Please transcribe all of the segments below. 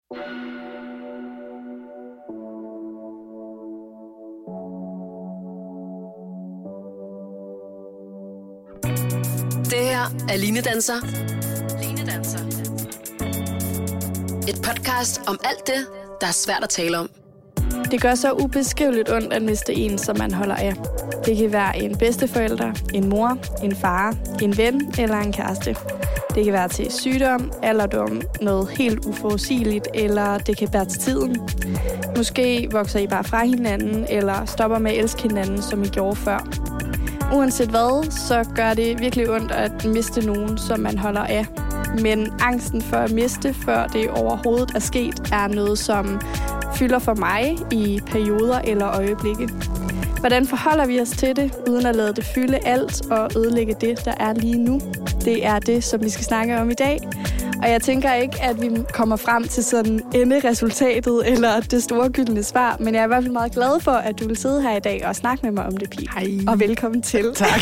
Det her er Line Danser. Et podcast om alt det, der er svært at tale om. Det gør så ubeskriveligt ondt at miste en, som man holder af. Det kan være en bedsteforælder, en mor, en far, en ven eller en kæreste. Det kan være til sygdom, alderdom, noget helt uforudsigeligt, eller det kan være til tiden. Måske vokser I bare fra hinanden, eller stopper med at elske hinanden, som I gjorde før. Uanset hvad, så gør det virkelig ondt at miste nogen, som man holder af. Men angsten for at miste, før det overhovedet er sket, er noget, som fylder for mig i perioder eller øjeblikke. Hvordan forholder vi os til det, uden at lade det fylde alt og ødelægge det, der er lige nu? Det er det, som vi skal snakke om i dag. Og jeg tænker ikke, at vi kommer frem til sådan enderesultatet eller det store gyldne svar, men jeg er i hvert fald meget glad for, at du vil sidde her i dag og snakke med mig om det, Pige. Hej. Og velkommen til. Tak.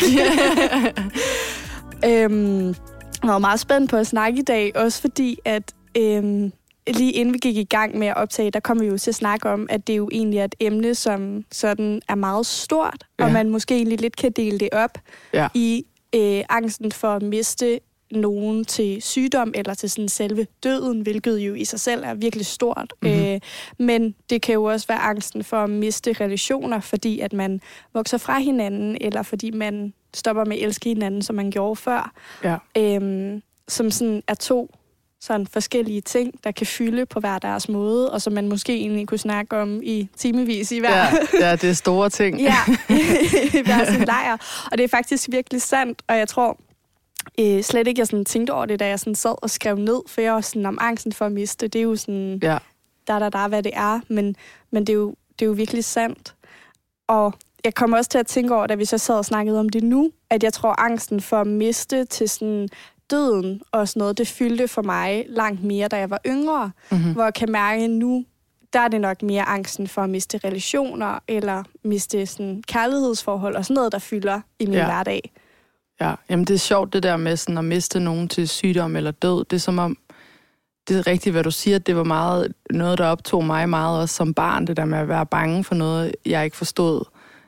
Jeg var meget spændt på at snakke i dag, også fordi, at lige inden vi gik i gang med at optage, der kom vi jo til at snakke om, at det jo egentlig er et emne, som sådan er meget stort, og man måske egentlig lidt kan dele det op i angsten for at miste nogen til sygdom eller til sådan selve døden, hvilket jo i sig selv er virkelig stort. Mm-hmm. Men det kan jo også være angsten for at miste relationer, fordi at man vokser fra hinanden, eller fordi man stopper med at elske hinanden, som man gjorde før. Ja. Som sådan er to sådan forskellige ting, der kan fylde på hver deres måde, og som man måske egentlig kunne snakke om i timevis i hver. Ja, det er store ting. Ja, i hver sin lejr. Og det er faktisk virkelig sandt, og jeg tror slet ikke, jeg sådan tænkte over det, da jeg sådan sad og skrev ned, for jeg var sådan om angsten for at miste. Det er jo sådan, der, hvad det er, men det er jo virkelig sandt. Og jeg kommer også til at tænke over, da vi så sad og snakkede om det nu, at jeg tror, angsten for at miste til sådan døden og sådan noget, det fyldte for mig langt mere, da jeg var yngre. Mm-hmm. Hvor jeg kan mærke nu, der er det nok mere angsten for at miste relationer, eller miste sådan kærlighedsforhold og sådan noget, der fylder i min hverdag. Ja, jamen det er sjovt det der med sådan at miste nogen til sygdom eller død. Det er som om, det er rigtigt, hvad du siger, det var meget noget, der optog mig meget også som barn, det der med at være bange for noget, jeg ikke forstod.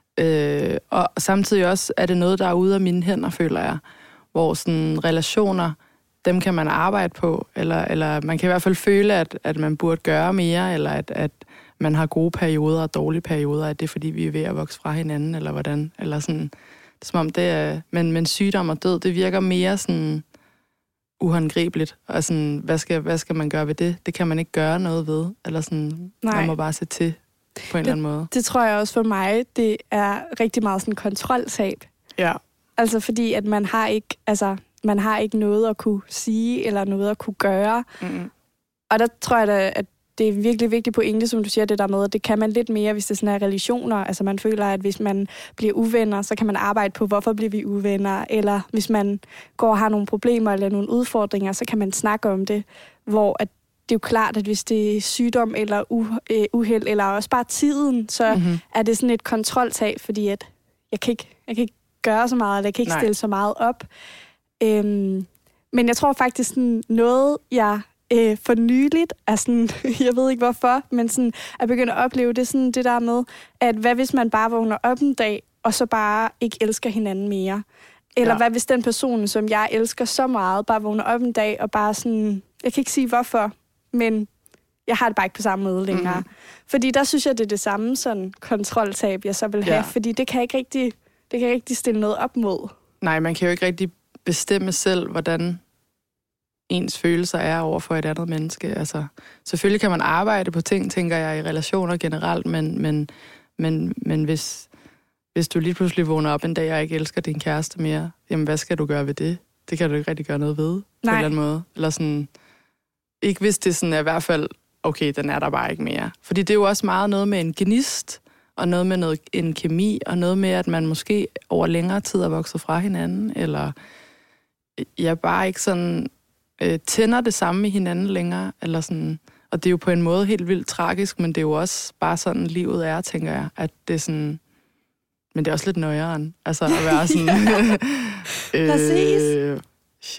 Og samtidig også er det noget, der er ude af mine hænder, føler jeg. Hvor sådan relationer, dem kan man arbejde på, eller man kan i hvert fald føle, at man burde gøre mere, eller at man har gode perioder og dårlige perioder, at det er fordi, vi er ved at vokse fra hinanden, eller hvordan, eller sådan. Det er som om det er, men sygdom og død, det virker mere sådan uhåndgribeligt, og sådan, hvad skal man gøre ved det? Det kan man ikke gøre noget ved, eller sådan, man må bare se til på en eller anden måde. Det tror jeg også for mig, det er rigtig meget sådan kontroltab. Ja. Altså fordi, at man har ikke noget at kunne sige, eller noget at kunne gøre. Mm-hmm. Og der tror jeg da, at det er virkelig vigtigt pointe, som du siger, det der med, at det kan man lidt mere, hvis det sådan er relationer. Altså man føler, at hvis man bliver uvenner, så kan man arbejde på, hvorfor bliver vi uvenner. Eller hvis man går og har nogle problemer eller nogle udfordringer, så kan man snakke om det. Hvor at det er jo klart, at hvis det er sygdom eller uheld, eller også bare tiden, så er det sådan et kontroltab, fordi at jeg kan ikke gøre så meget, eller jeg kan ikke stille så meget op. Men jeg tror faktisk sådan noget, jeg for nyligt er sådan, jeg ved ikke hvorfor, men sådan at begynde at opleve det sådan det der med, at hvad hvis man bare vågner op en dag, og så bare ikke elsker hinanden mere? Eller hvad hvis den person, som jeg elsker så meget, bare vågner op en dag, og bare sådan, jeg kan ikke sige hvorfor, men jeg har det bare ikke på samme måde længere. Mm-hmm. Fordi der synes jeg, det er det samme sådan kontroltab, jeg så vil have, fordi det kan ikke rigtig stille noget op mod. Nej, man kan jo ikke rigtig bestemme selv, hvordan ens følelser er over for et andet menneske. Altså, selvfølgelig kan man arbejde på ting, tænker jeg, i relationer generelt, men hvis du lige pludselig vågner op en dag, og ikke elsker din kæreste mere, jamen hvad skal du gøre ved det? Det kan du ikke rigtig gøre noget ved, på en eller anden måde. Eller sådan, ikke hvis det sådan er i hvert fald, okay, den er der bare ikke mere. Fordi det er jo også meget noget med en gnist, og noget med en kemi, og noget med, at man måske over længere tid er vokset fra hinanden, eller jeg bare ikke sådan tænder det samme i hinanden længere, eller sådan. Og det er jo på en måde helt vildt tragisk, men det er jo også bare sådan, livet er, tænker jeg, at det er sådan. Men det er også lidt nøjeren, altså at være sådan. Præcis. Shit.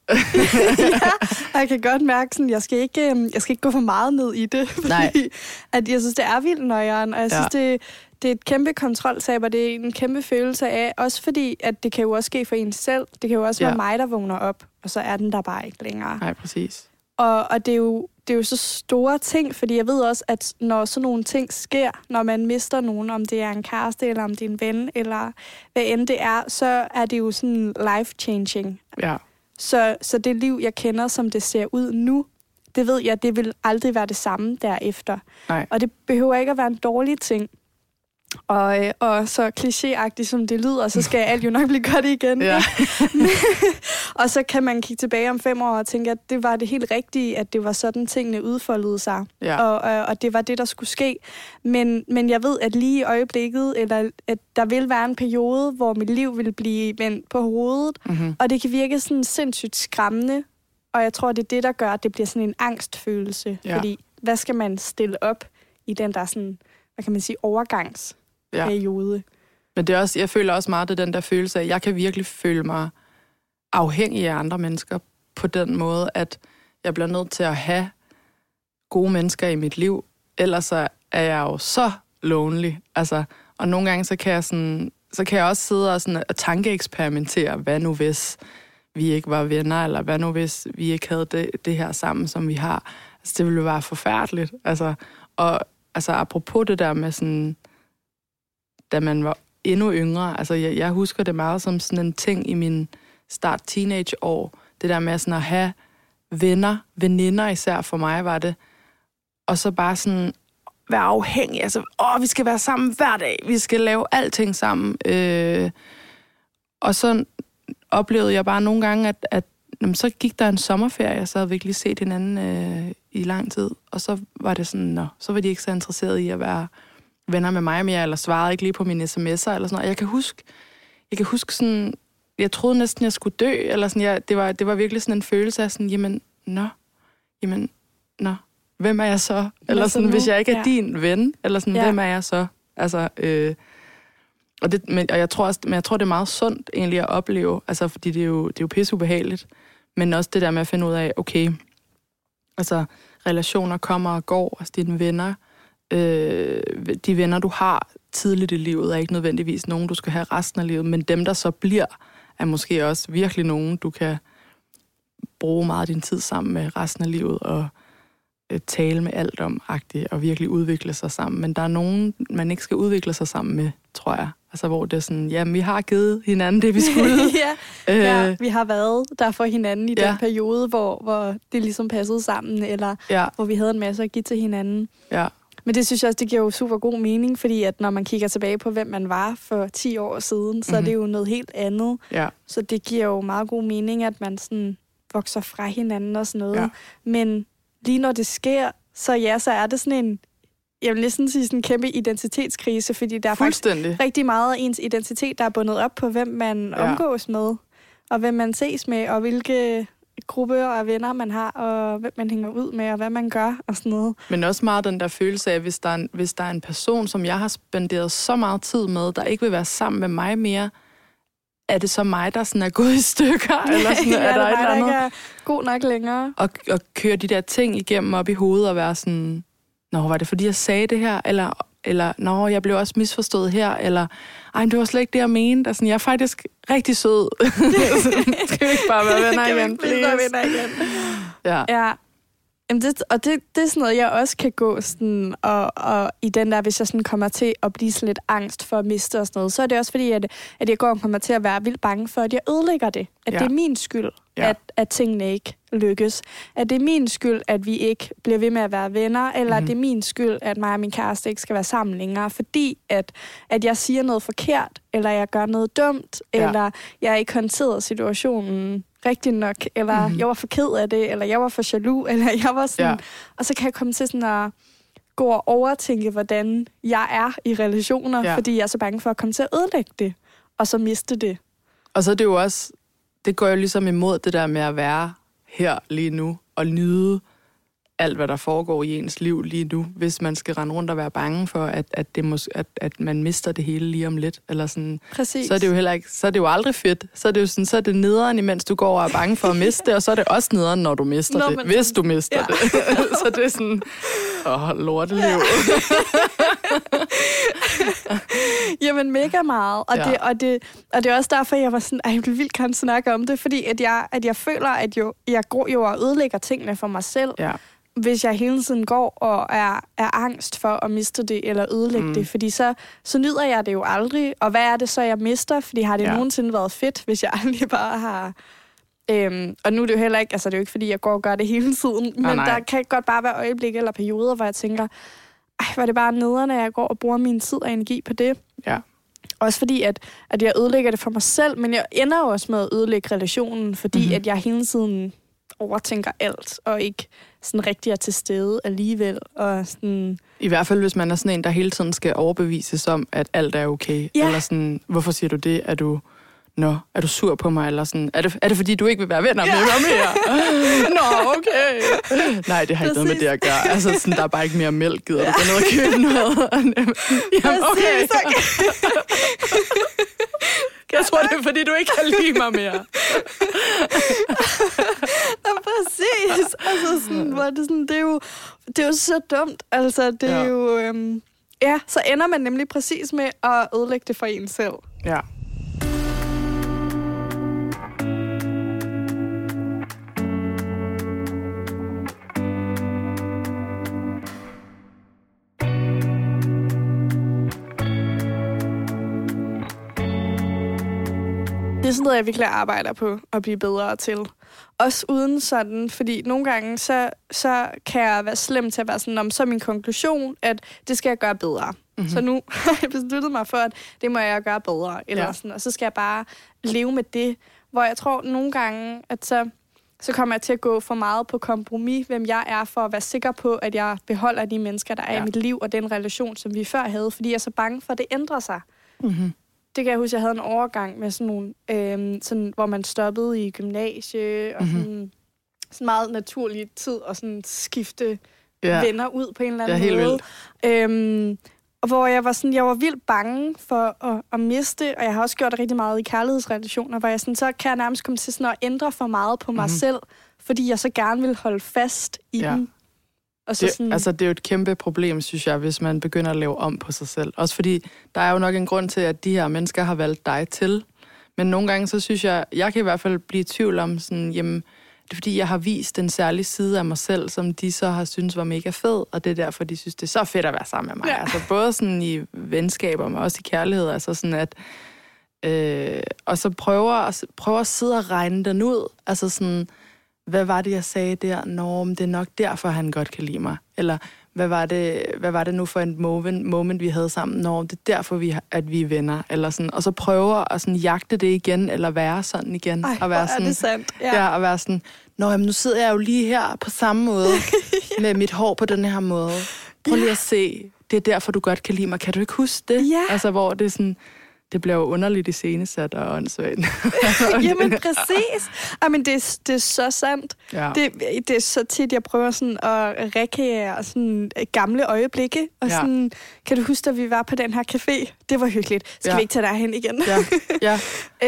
Jeg kan godt mærke, sådan, jeg skal ikke gå for meget ned i det, fordi at jeg synes, det er vildt nøjeren, og jeg synes, det er et kæmpe kontroltab, og det er en kæmpe følelse af, også fordi, at det kan jo også ske for en selv. Det kan jo også være mig, der vågner op, og så er den der bare ikke længere. Nej, præcis. Og det er jo så store ting, fordi jeg ved også, at når sådan nogle ting sker, når man mister nogen, om det er en kæreste, eller om det er en ven, eller hvad end det er, så er det jo sådan life-changing. Ja. Så det liv, jeg kender, som det ser ud nu, det ved jeg, det vil aldrig være det samme derefter. Nej. Og det behøver ikke at være en dårlig ting. Og så klichéagtigt som det lyder, så skal alt jo nok blive godt igen. Ja. Og så kan man kigge tilbage om 5 år og tænke, at det var det helt rigtige, at det var sådan, tingene udfoldede sig. Ja. Og det var det, der skulle ske. Men jeg ved, at lige i øjeblikket, eller at der vil være en periode, hvor mit liv vil blive vendt på hovedet, og det kan virke sådan sindssygt skræmmende. Og jeg tror, det er det, der gør, at det bliver sådan en angstfølelse. Ja. Fordi, hvad skal man stille op i den der sådan, hvad kan man sige, overgangsperiode? Men det er også, jeg føler også meget, det den der følelse af, at jeg kan virkelig føle mig afhængig af andre mennesker på den måde, at jeg bliver nødt til at have gode mennesker i mit liv. Ellers så er jeg jo så lonely. Altså, og nogle gange, så kan jeg også sidde og, sådan, og tankeeksperimentere, hvad nu hvis vi ikke var venner, eller hvad nu hvis vi ikke havde det her sammen, som vi har. Altså, det ville jo være forfærdeligt. Altså, og altså, apropos det der med sådan, da man var endnu yngre, altså jeg husker det meget som sådan en ting i min start teenageår, det der med sådan at have veninder især for mig var det, og så bare sådan være afhængig, altså, vi skal være sammen hver dag, vi skal lave alting sammen, og så oplevede jeg bare nogle gange, at så gik der en sommerferie, så havde vi ikke lige set hinanden i lang tid, og så var det sådan, så var de ikke så interesserede i at være venner med mig mere, eller svarede ikke lige på mine sms'er, eller sådan noget. Jeg kan huske sådan, jeg troede næsten, jeg skulle dø, eller sådan, det var virkelig sådan en følelse af sådan, jamen, hvem er jeg så? Eller sådan, hvis jeg ikke er din ven, eller sådan, hvem er jeg så? Altså, men jeg tror det er meget sundt egentlig at opleve, altså, fordi det er jo pisseubehageligt, men også det der med at finde ud af, okay, altså, relationer kommer og går, altså dine venner, de venner, du har tidligt i livet, er ikke nødvendigvis nogen, du skal have resten af livet, men dem, der så bliver, er måske også virkelig nogen, du kan bruge meget af din tid sammen med resten af livet, og tale med alt om-agtigt, og virkelig udvikle sig sammen. Men der er nogen, man ikke skal udvikle sig sammen med, tror jeg. Altså, hvor det er sådan, jamen, vi har givet hinanden det, vi skulle. Ja, vi har været der for hinanden i den periode, hvor det ligesom passede sammen, eller hvor vi havde en masse at give til hinanden. Ja. Men det synes jeg også, det giver jo super god mening, fordi at når man kigger tilbage på, hvem man var for 10 år siden, så er det jo noget helt andet. Ja. Så det giver jo meget god mening, at man sådan vokser fra hinanden og sådan noget. Ja. Men lige når det sker, så er det sådan en, jeg vil næsten sige sådan en kæmpe identitetskrise, fordi der er faktisk rigtig meget af ens identitet, der er bundet op på, hvem man omgås med, og hvem man ses med, og hvilke grupper af venner man har, og hvem man hænger ud med, og hvad man gør, og sådan noget. Men også meget den der følelse af, hvis der er en person, som jeg har spenderet så meget tid med, der ikke vil være sammen med mig mere, er det så mig, der sådan er gået i stykker? Eller sådan, er der et eller andet? Der ikke er god nok længere. Og køre de der ting igennem op i hovedet, og være sådan, var det fordi, jeg sagde det her? Eller jeg blev også misforstået her? Eller, det var slet ikke det, jeg mente. Altså, jeg er faktisk rigtig sød. Skal vi ikke bare være venner igen, please? Ja. Jamen det er sådan noget, jeg også kan gå sådan, og i den der, hvis jeg sådan kommer til at blive sådan lidt angst for at miste og sådan noget, så er det også fordi, at jeg går og kommer til at være vildt bange for, at jeg ødelægger det. At det er min skyld, at tingene ikke lykkes. At det er min skyld, at vi ikke bliver ved med at være venner, eller det er min skyld, at mig og min kæreste ikke skal være sammen længere, fordi at jeg siger noget forkert, eller jeg gør noget dumt, eller jeg ikke håndterer situationen rigtig nok, eller jeg var for ked af det, eller jeg var for jaloux, eller jeg var sådan... Og så kan jeg komme til sådan at gå og overtænke, hvordan jeg er i relationer, fordi jeg er så bange for at komme til at ødelægge det, og så miste det. Og så er det jo også... Det går jo ligesom imod det der med at være her lige nu, og nyde alt, hvad der foregår i ens liv lige nu, hvis man skal rende rundt og være bange for, at man mister det hele lige om lidt. Eller sådan, Præcis. så er det jo heller ikke, så er det jo aldrig fedt. Så er det jo sådan, så er det nederen, imens du går og er bange for at miste det, og så er det også nederen, når du mister det, hvis du mister det. Så det er sådan, lorteliv. Jamen mega meget. Og det er også derfor, jeg var sådan, jeg vil vildt gerne snakke om det, fordi at jeg føler, at jeg går jo og ødelægger tingene for mig selv, hvis jeg hele tiden går og er angst for at miste det eller ødelægge det, fordi så nyder jeg det jo aldrig. Og hvad er det så, jeg mister? Fordi har det nogensinde været fedt, hvis jeg aldrig bare har... og nu er det jo heller ikke, altså det er jo ikke, fordi jeg går og gør det hele tiden, men der kan godt bare være øjeblikke eller perioder, hvor jeg tænker, hvor er det bare nederne, at jeg går og bruger min tid og energi på det. Ja. Også fordi, at jeg ødelægger det for mig selv, men jeg ender jo også med at ødelægge relationen, fordi at jeg hele tiden overtænker alt, og ikke sådan rigtig er til stede alligevel. Og sådan... I hvert fald, hvis man er sådan en, der hele tiden skal overbevises om, at alt er okay. Ja. Eller sådan, hvorfor siger du det? Er du sur på mig? Eller sådan, er det fordi, du ikke vil være venner med mig mere? Nå, okay. Nej, det har ikke noget med det at gøre. Altså, sådan, der er bare ikke mere mælk, gider du gå ned og købe noget? Jamen, okay. Jeg tror, det er fordi, du ikke kan lide mig mere. Ja, præcis. Altså, sådan, hvor det, sådan, det er jo så dumt. Altså, det er jo... så ender man nemlig præcis med at ødelægge det for en selv. Ja. Det er sådan noget, jeg virkelig arbejder på at blive bedre til. Også uden sådan, fordi nogle gange, så kan jeg være slem til at være sådan, så er min konklusion, at det skal jeg gøre bedre. Mm-hmm. Så nu har jeg besluttet mig for, at det må jeg gøre bedre. Eller sådan, og så skal jeg bare leve med det. Hvor jeg tror nogle gange, at så kommer jeg til at gå for meget på kompromis, hvem jeg er, for at være sikker på, at jeg beholder de mennesker, der er i mit liv, og den relation, som vi før havde. Fordi jeg er så bange for, at det ændrer sig. Mm-hmm. Det kan jeg huske, jeg havde en overgang med sådan nogle, sådan, hvor man stoppede i gymnasie, og sådan meget naturlig tid, og sådan skifte venner ud på en eller anden måde. Og hvor jeg var vildt bange for at miste, og jeg har også gjort det rigtig meget i kærlighedsrelationer, hvor jeg sådan, så kan jeg nærmest komme til sådan at ændre for meget på mig selv, fordi jeg så gerne vil holde fast i dem. Og så sådan... det er jo et kæmpe problem, synes jeg, hvis man begynder at lave om på sig selv. Også fordi, der er jo nok en grund til, at de her mennesker har valgt dig til. Men nogle gange, så synes jeg kan i hvert fald blive i tvivl om, sådan, jamen, det er fordi, jeg har vist en særlig side af mig selv, som de så har synes var mega fed, og det er derfor, de synes, det er så fedt at være sammen med mig. Ja. Altså både sådan i venskaber, men også i kærlighed. Altså sådan at... og så prøver at sidde og regne den ud. Altså sådan... Hvad var det, jeg sagde der? Nå, men det er nok derfor, han godt kan lide mig. Eller, hvad var det nu for en moment, vi havde sammen? Nå, det er derfor, at vi er venner. Eller sådan. Og så prøver at sådan jagte det igen, eller være sådan igen. Ej, og være sådan, er det sandt. Ja, og være sådan, nå, jamen, nu sidder jeg jo lige her på samme måde, med mit hår på den her måde. Prøv lige at se, det er derfor, du godt kan lide mig. Kan du ikke huske det? Ja. Altså, hvor det er sådan... Det bliver jo underligt iscenesat og åndssvagt. Jamen, præcis. Men det er så sandt. Ja. Det er så tit, jeg prøver sådan at rekreere sådan gamle øjeblikke. Og sådan, kan du huske, at vi var på den her café? Det var hyggeligt. Skal vi ikke tage derhen igen? Ja.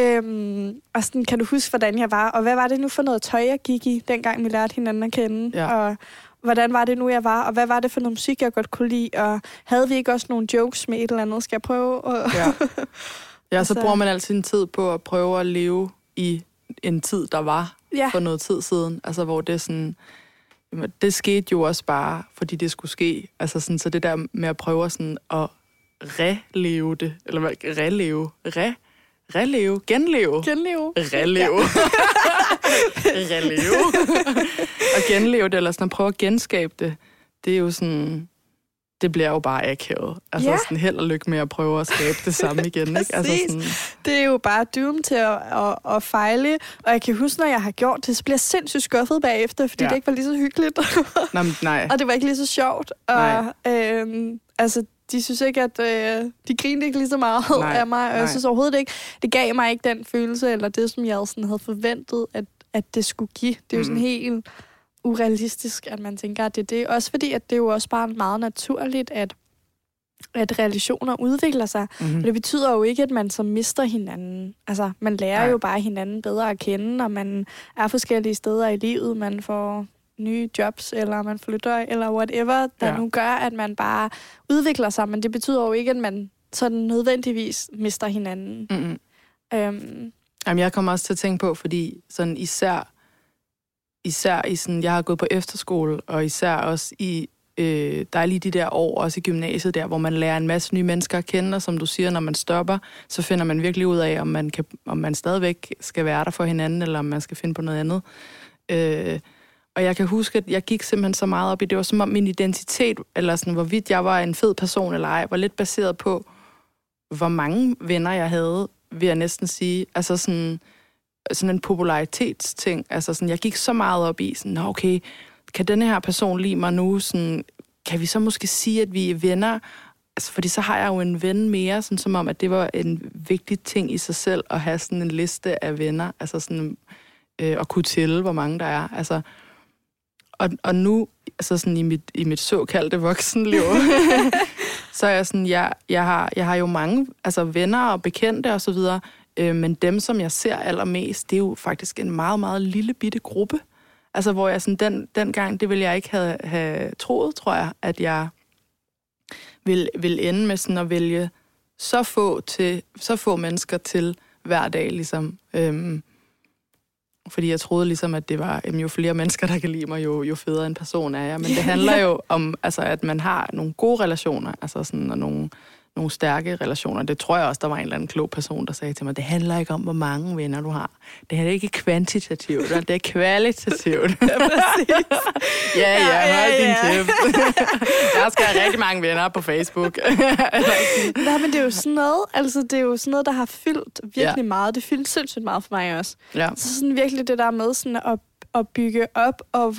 Og sådan, kan du huske, hvordan jeg var? Og hvad var det nu for noget tøj, jeg gik i, dengang vi lærte hinanden at kende? Ja. Og hvordan var det nu, jeg var? Og hvad var det for noget musik, jeg godt kunne lide? Og havde vi ikke også nogle jokes med et eller andet? Skal jeg prøve? Ja, så bruger man al sin tid på at prøve at leve i en tid, der var for noget tid siden. Altså, hvor det sådan... Det skete jo også bare, fordi det skulle ske. Altså, sådan, så det der med at prøve sådan at releve det, eller hvad? Releve? Genleve. Releve. Og genleve det, eller sådan at prøve at genskabe det, det er jo sådan... Det bliver jo bare akavet. Altså sådan held og lykke med at prøve at skabe det samme igen. Ikke? Altså sådan... Det er jo bare doomed til at fejle. Og jeg kan huske, når jeg har gjort det, så bliver jeg sindssygt skuffet bagefter, fordi det ikke var lige så hyggeligt. Nej. Og det var ikke lige så sjovt. Og altså, de synes ikke, at de grinede ikke lige så meget af mig. Og jeg synes overhovedet ikke, det gav mig ikke den følelse, eller det, som jeg sådan havde forventet, at det skulle give. Det er jo sådan helt urealistisk, at man tænker, at det er det. Også fordi, at det er jo også bare meget naturligt, at relationer udvikler sig. Mm-hmm. Og det betyder jo ikke, at man så mister hinanden. Altså, man lærer jo bare hinanden bedre at kende, og man er forskellige steder i livet. Man får nye jobs, eller man flytter, eller whatever, der nu gør, at man bare udvikler sig. Men det betyder jo ikke, at man sådan nødvendigvis mister hinanden. Mm-hmm. Jamen, jeg kommer også til at tænke på, fordi sådan især i sådan, jeg har gået på efterskole, og især også i der er lige de der år, også i gymnasiet der, hvor man lærer en masse nye mennesker at kende, og som du siger, når man stopper, så finder man virkelig ud af, om man stadigvæk skal være der for hinanden, eller om man skal finde på noget andet. Og jeg kan huske, at jeg gik simpelthen så meget op i, det var som om min identitet, eller sådan, hvorvidt jeg var en fed person eller ej, var lidt baseret på, hvor mange venner jeg havde, vil jeg næsten sige. Altså sådan en popularitetsting. Altså sådan, jeg gik så meget op i, sådan, okay, kan denne her person lide mig nu? Sådan, kan vi så måske sige, at vi er venner? Altså, fordi så har jeg jo en ven mere, sådan, som om, at det var en vigtig ting i sig selv, at have sådan en liste af venner, altså sådan, at kunne tælle, hvor mange der er. Altså, og nu, altså sådan i mit såkaldte voksenliv, så er jeg sådan, jeg har jo mange altså venner og bekendte og så videre, men dem, som jeg ser allermest, det er jo faktisk en meget, meget lille bitte gruppe. Altså, hvor jeg sådan, dengang, det ville jeg ikke have troet, tror jeg, at jeg vil ende med sådan at vælge så få mennesker til hver dag, ligesom. Fordi jeg troede ligesom, at det var, jo flere mennesker, der kan lide mig, jo federe en person er jeg. Men det handler jo om, altså, at man har nogle gode relationer, altså sådan, og nogle stærke relationer. Det tror jeg også, der var en eller anden klog person, der sagde til mig, det handler ikke om, hvor mange venner du har. Det er ikke kvantitativt, det er kvalitativt. Ja, præcis. Hold din kæft. Jeg skal have rigtig mange venner på Facebook. Nej, men det er jo sådan noget, altså det er jo sådan noget, der har fyldt virkelig meget. Det fyldte sindssygt meget for mig også. Ja. Så sådan virkelig det der med sådan at bygge op, og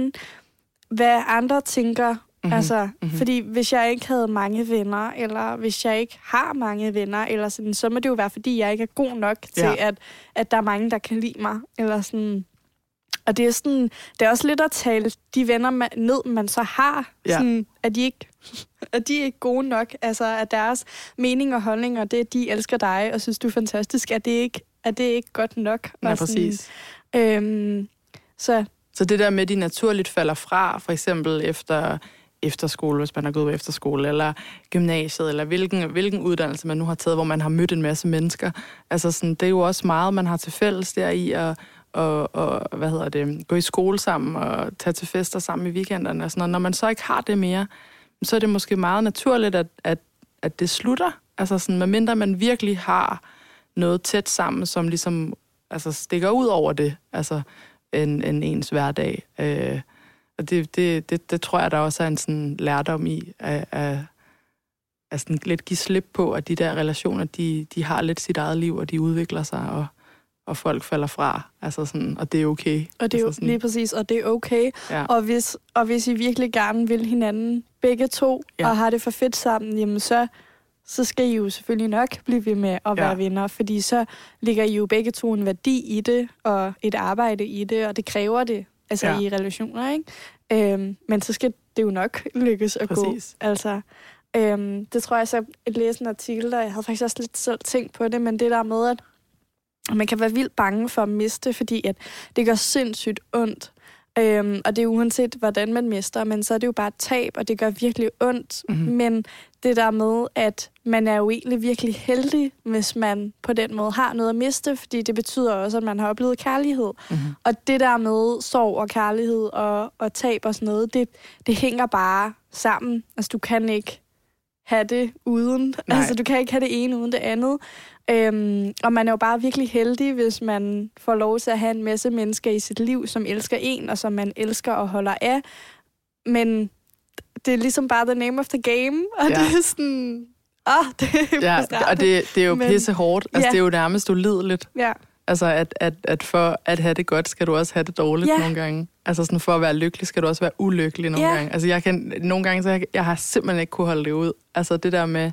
hvad andre tænker. Mm-hmm. Altså, fordi hvis jeg ikke havde mange venner, eller hvis jeg ikke har mange venner, eller sådan, så må det jo være, fordi jeg ikke er god nok til, at der er mange, der kan lide mig. Eller sådan. Og det er sådan, det er også lidt at tale de venner ned, man så har, sådan, at de ikke er gode nok. Altså, at deres mening og holdning, og det, at de elsker dig, og synes, du er fantastisk, er det ikke godt nok? Ja, præcis. Så det der med, at de naturligt falder fra, for eksempel efterskole, hvis man har gået på efterskole, eller gymnasiet, eller hvilken uddannelse man nu har taget, hvor man har mødt en masse mennesker. Altså sådan, det er jo også meget, man har til fælles der i at gå i skole sammen, og tage til fester sammen i weekenderne. Og sådan, og når man så ikke har det mere, så er det måske meget naturligt, at det slutter. Altså sådan, medmindre man virkelig har noget tæt sammen, som ligesom altså, stikker ud over det, altså en ens hverdag. Og det tror jeg, der også er en sådan lærdom i, at sådan lidt give slip på, at de der relationer, de har lidt sit eget liv, og de udvikler sig, og folk falder fra. Altså sådan, og det er okay. Og det er altså lige præcis, og det er okay. Ja. Og hvis I virkelig gerne vil hinanden, begge to, og har det for fedt sammen, jamen så skal I jo selvfølgelig nok blive ved med at være venner, fordi så ligger I jo begge to en værdi i det, og et arbejde i det, og det kræver det. Altså i relationer, ikke? Men så skal det jo nok lykkes at gå. Altså, det tror jeg så, at læse en artikel, der jeg havde faktisk også lidt selv tænkt på det, men det der med, at man kan være vildt bange for at miste, fordi at det gør sindssygt ondt. Og det er uanset, hvordan man mister, men så er det jo bare et tab, og det gør virkelig ondt. Mm-hmm. Men det der med, at man er jo egentlig virkelig heldig, hvis man på den måde har noget at miste, fordi det betyder også, at man har oplevet kærlighed. Mm-hmm. Og det der med sorg og kærlighed og tab og sådan noget, det hænger bare sammen. Altså, du kan ikke have det uden. Nej. Altså, du kan ikke have det ene uden det andet. Og man er jo bare virkelig heldig, hvis man får lov til at have en masse mennesker i sit liv, som elsker en, og som man elsker og holder af. Men det er ligesom bare the name of the game, og det er sådan... det er og det er jo pisse hårdt. Altså, det er jo nærmest ulideligt. Ja. Altså, at for at have det godt, skal du også have det dårligt nogle gange. Altså, sådan for at være lykkelig, skal du også være ulykkelig nogle gange. Altså, nogle gange, så jeg har simpelthen ikke kunne holde det ud. Altså, det der med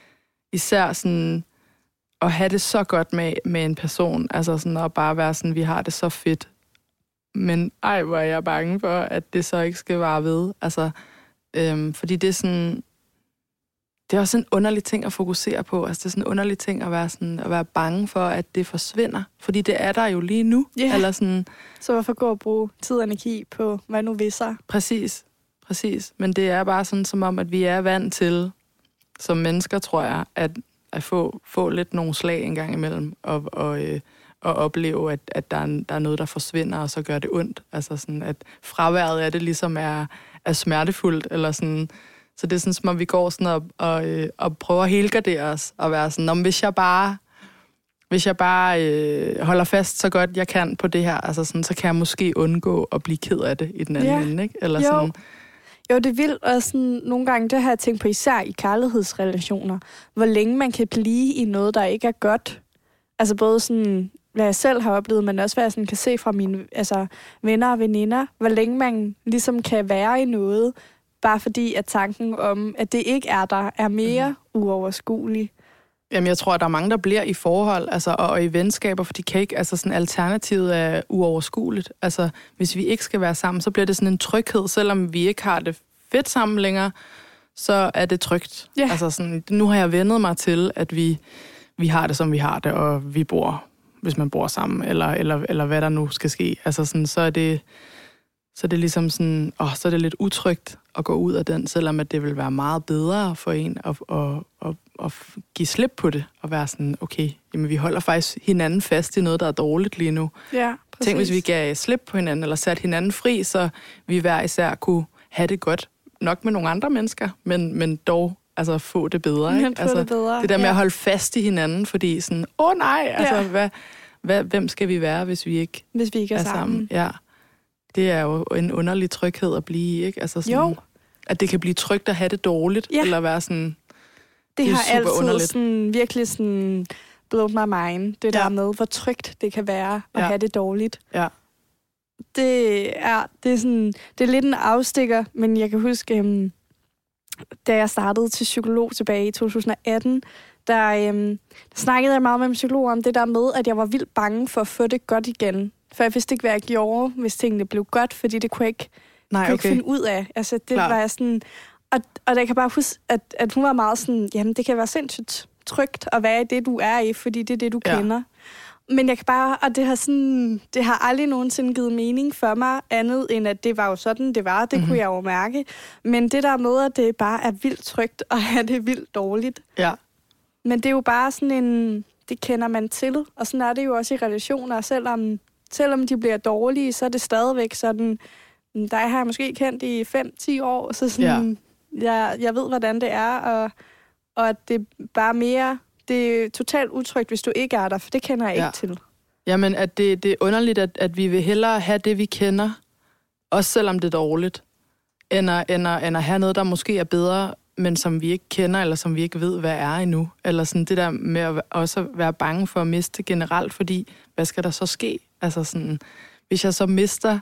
især sådan... at have det så godt med en person, altså sådan at bare være sådan, vi har det så fedt, men ej, hvor er jeg bange for, at det så ikke skal vare ved. Altså, fordi det er sådan... Det er også en underlig ting at fokusere på. Altså, det er sådan en underlig ting at være bange for, at det forsvinder. Fordi det er der jo lige nu. Yeah. Eller sådan... Så hvorfor gå og bruge tid og energi på, hvad nu viser? Præcis. Men det er bare sådan, som om, at vi er vant til, som mennesker, tror jeg, at få lidt nogle slag en gang imellem, og opleve, at der er noget, der forsvinder, og så gør det ondt. Altså sådan, at fraværet af det ligesom er smertefuldt, eller sådan... Så det er sådan, som om vi går sådan og prøver at helgardere os, og være sådan, hvis jeg bare holder fast så godt jeg kan på det her, altså sådan, så kan jeg måske undgå at blive ked af det i den anden ende, ikke? Eller sådan. Jo, det er vildt, og sådan, nogle gange, det har jeg tænkt på, især i kærlighedsrelationer, hvor længe man kan blive i noget, der ikke er godt. Altså både sådan, hvad jeg selv har oplevet, men også hvad jeg sådan kan se fra mine venner og veninder, hvor længe man ligesom kan være i noget, bare fordi at tanken om, at det ikke er der, er mere uoverskuelig. Jamen, jeg tror, at der er mange, der bliver i forhold, altså, og i venskaber, for de kan ikke, altså sådan alternativet er uoverskueligt. Altså, hvis vi ikke skal være sammen, så bliver det sådan en tryghed, selvom vi ikke har det fedt sammen længere, så er det trygt. Yeah. Altså sådan, nu har jeg vendet mig til, at vi har det, som vi har det, og vi bor, hvis man bor sammen, eller hvad der nu skal ske. Altså sådan, så er det ligesom sådan, så er det lidt utrygt at gå ud af den, selvom at det vil være meget bedre for en at give slip på det, og være sådan, okay, jamen vi holder faktisk hinanden fast i noget, der er dårligt lige nu. Ja, præcis. Tænk, hvis vi gav slip på hinanden, eller satte hinanden fri, så vi hver især kunne have det godt, nok med nogle andre mennesker, men dog altså få det bedre. Ikke? Altså, det der med at holde fast i hinanden, fordi sådan, nej, altså, hvem skal vi være, hvis vi ikke er sammen? Ja. Det er jo en underlig tryghed at blive, ikke? Altså sådan, at det kan blive trygt at have det dårligt, eller være sådan... Det har super altid underligt. sådan, virkelig sådan blown my mind, det der med, hvor trygt det kan være at have det dårligt. Ja. Det er lidt en afstikker, men jeg kan huske, da jeg startede til psykolog tilbage i 2018, der snakkede jeg meget med en psykolog om det der med, at jeg var vildt bange for at få det godt igen. For jeg vidste ikke, hvad jeg gjorde, hvis tingene blev godt, fordi det kunne jeg ikke finde ud af. Altså, det var jeg sådan... Og jeg kan bare huske, at hun var meget sådan, jamen, det kan være sindssygt trygt at være i det, du er i, fordi det er det, du kender. Men jeg kan bare... Og det har aldrig nogensinde givet mening for mig, andet end, at det var jo sådan, det var. Det kunne jeg jo mærke. Men det der med, at det bare er vildt trygt, og have det vildt dårligt. Ja. Men det er jo bare sådan en... Det kender man til. Og sådan er det jo også i relationer. Selvom de bliver dårlige, så er det stadigvæk sådan... Der har jeg måske kendt i 5-10 år, så sådan... Jeg ved, hvordan det er, og at det er bare mere... Det er totalt utrygt, hvis du ikke er der, for det kender jeg ikke til. Jamen, at det er underligt, at vi vil hellere have det, vi kender, også selvom det er dårligt, end at have noget, der måske er bedre, men som vi ikke kender, eller som vi ikke ved, hvad er endnu. Eller sådan det der med at også være bange for at miste generelt, fordi hvad skal der så ske? Altså sådan, hvis jeg så mister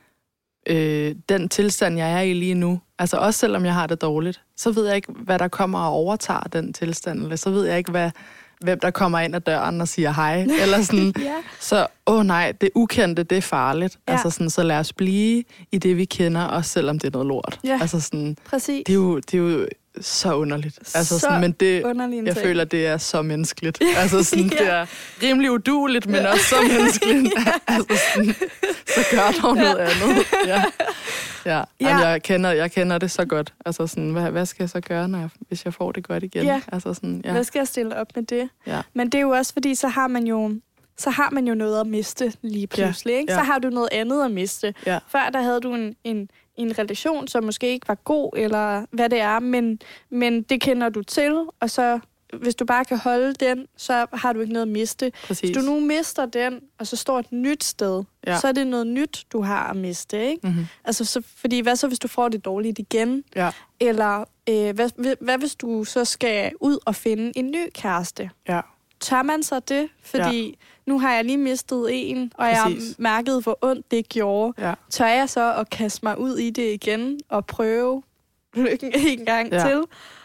den tilstand, jeg er i lige nu, altså også selvom jeg har det dårligt, så ved jeg ikke, hvad der kommer og overtager den tilstand, eller så ved jeg ikke, hvem der kommer ind ad døren og siger hej, eller sådan. Så, nej, det ukendte, det er farligt. Ja. Altså sådan, så lad os blive i det, vi kender, også selvom det er noget lort. Ja, altså sådan, præcis. Det er jo så underligt. Altså sådan, men det, jeg føler, det er så menneskeligt. Altså sådan, det er rimelig udueligt, men også så menneskeligt. Altså sådan, så gør dog noget andet. Ja. Jamen, jeg kender det så godt. Altså sådan, hvad skal jeg så gøre, hvis jeg får det godt igen? Ja. Altså sådan, Hvad skal jeg stille op med det? Ja. Men det er jo også, fordi så har man jo noget at miste lige pludselig. Ikke? Så har du noget andet at miste. Ja. Før der havde du en relation, som måske ikke var god, eller hvad det er, men det kender du til, og så hvis du bare kan holde den, så har du ikke noget at miste. Præcis. Hvis du nu mister den, og så står et nyt sted, så er det noget nyt, du har at miste, ikke? Mm-hmm. Altså, fordi hvad så, hvis du får det dårligt igen? Ja. Eller hvad hvis du så skal ud og finde en ny kæreste? Ja. Tør man så det? Fordi nu har jeg lige mistet en, og jeg har mærket, hvor ondt det gjorde. Ja. Tør jeg så at kaste mig ud i det igen, og prøve lykken en gang til?